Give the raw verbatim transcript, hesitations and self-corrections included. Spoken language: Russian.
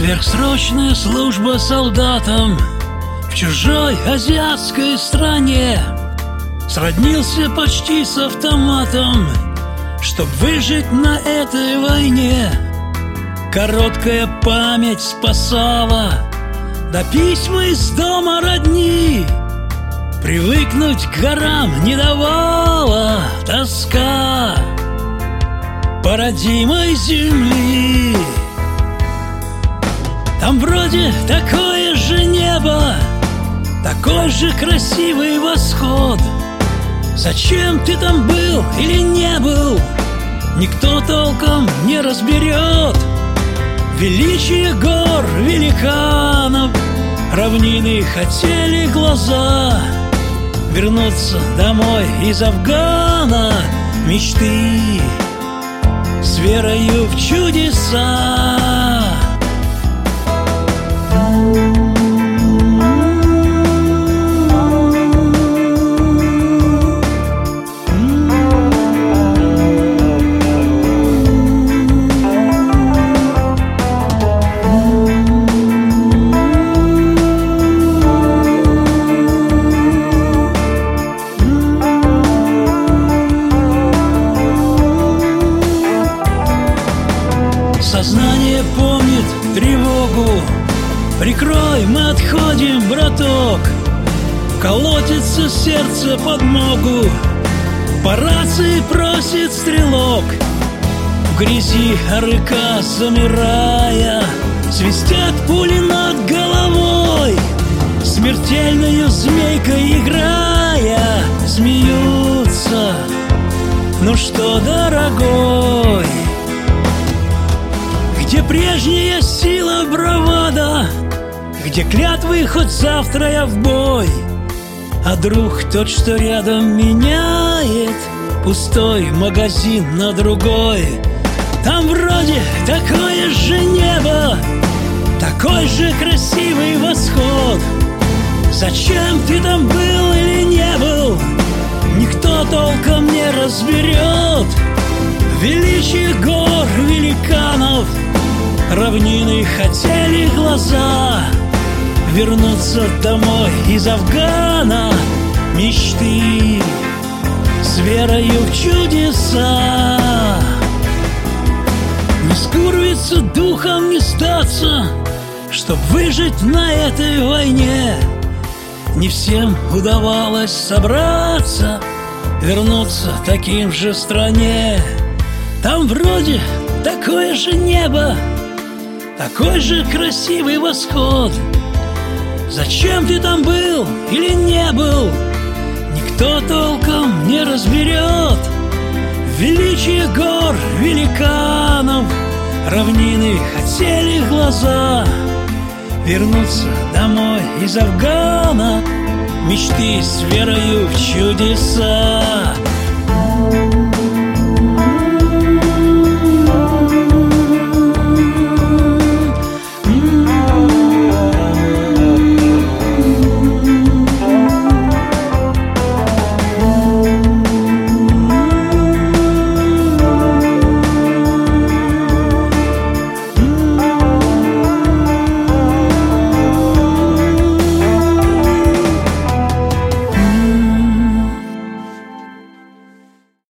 Сверхсрочная служба солдатам в чужой азиатской стране. Сроднился почти с автоматом, чтоб выжить на этой войне. Короткая память спасала, да письма из дома родни. Привыкнуть к горам не давала тоска по родимой земли. Там вроде такое же небо, такой же красивый восход. Зачем ты там был или не был, никто толком не разберет. Величие гор великанов, равнины хотели глаза вернуться домой из Афгана. Мечты с верою в чудеса. Сознание помнит тревогу. Прикрой, мы отходим, браток. Колотится сердце подмогу. По рации просит стрелок. В грязи рыка замирая, свистят пули над головой. Смертельную змейкой играя, смеются. Ну что, дорогой, где прежняя сила, бравада, где клятвы хоть завтра я в бой. А друг тот, что рядом, меняет пустой магазин на другой. Там вроде такое же небо, такой же красивый восход. Зачем ты там был или не был, никто толком не разберет. Величие гор великанов, равнины хотели глаза вернуться домой из Афгана. Мечты с верою в чудеса. Не скурвиться духом, не сдаться, чтоб выжить на этой войне. Не всем удавалось собраться, вернуться таким же в стране. Там вроде такое же небо, такой же красивый восход. Зачем ты там был или не был, никто толком не разберет. Величие гор великанов, равнины хотели глаза вернуться домой из Афгана. Мечты с верою в чудеса.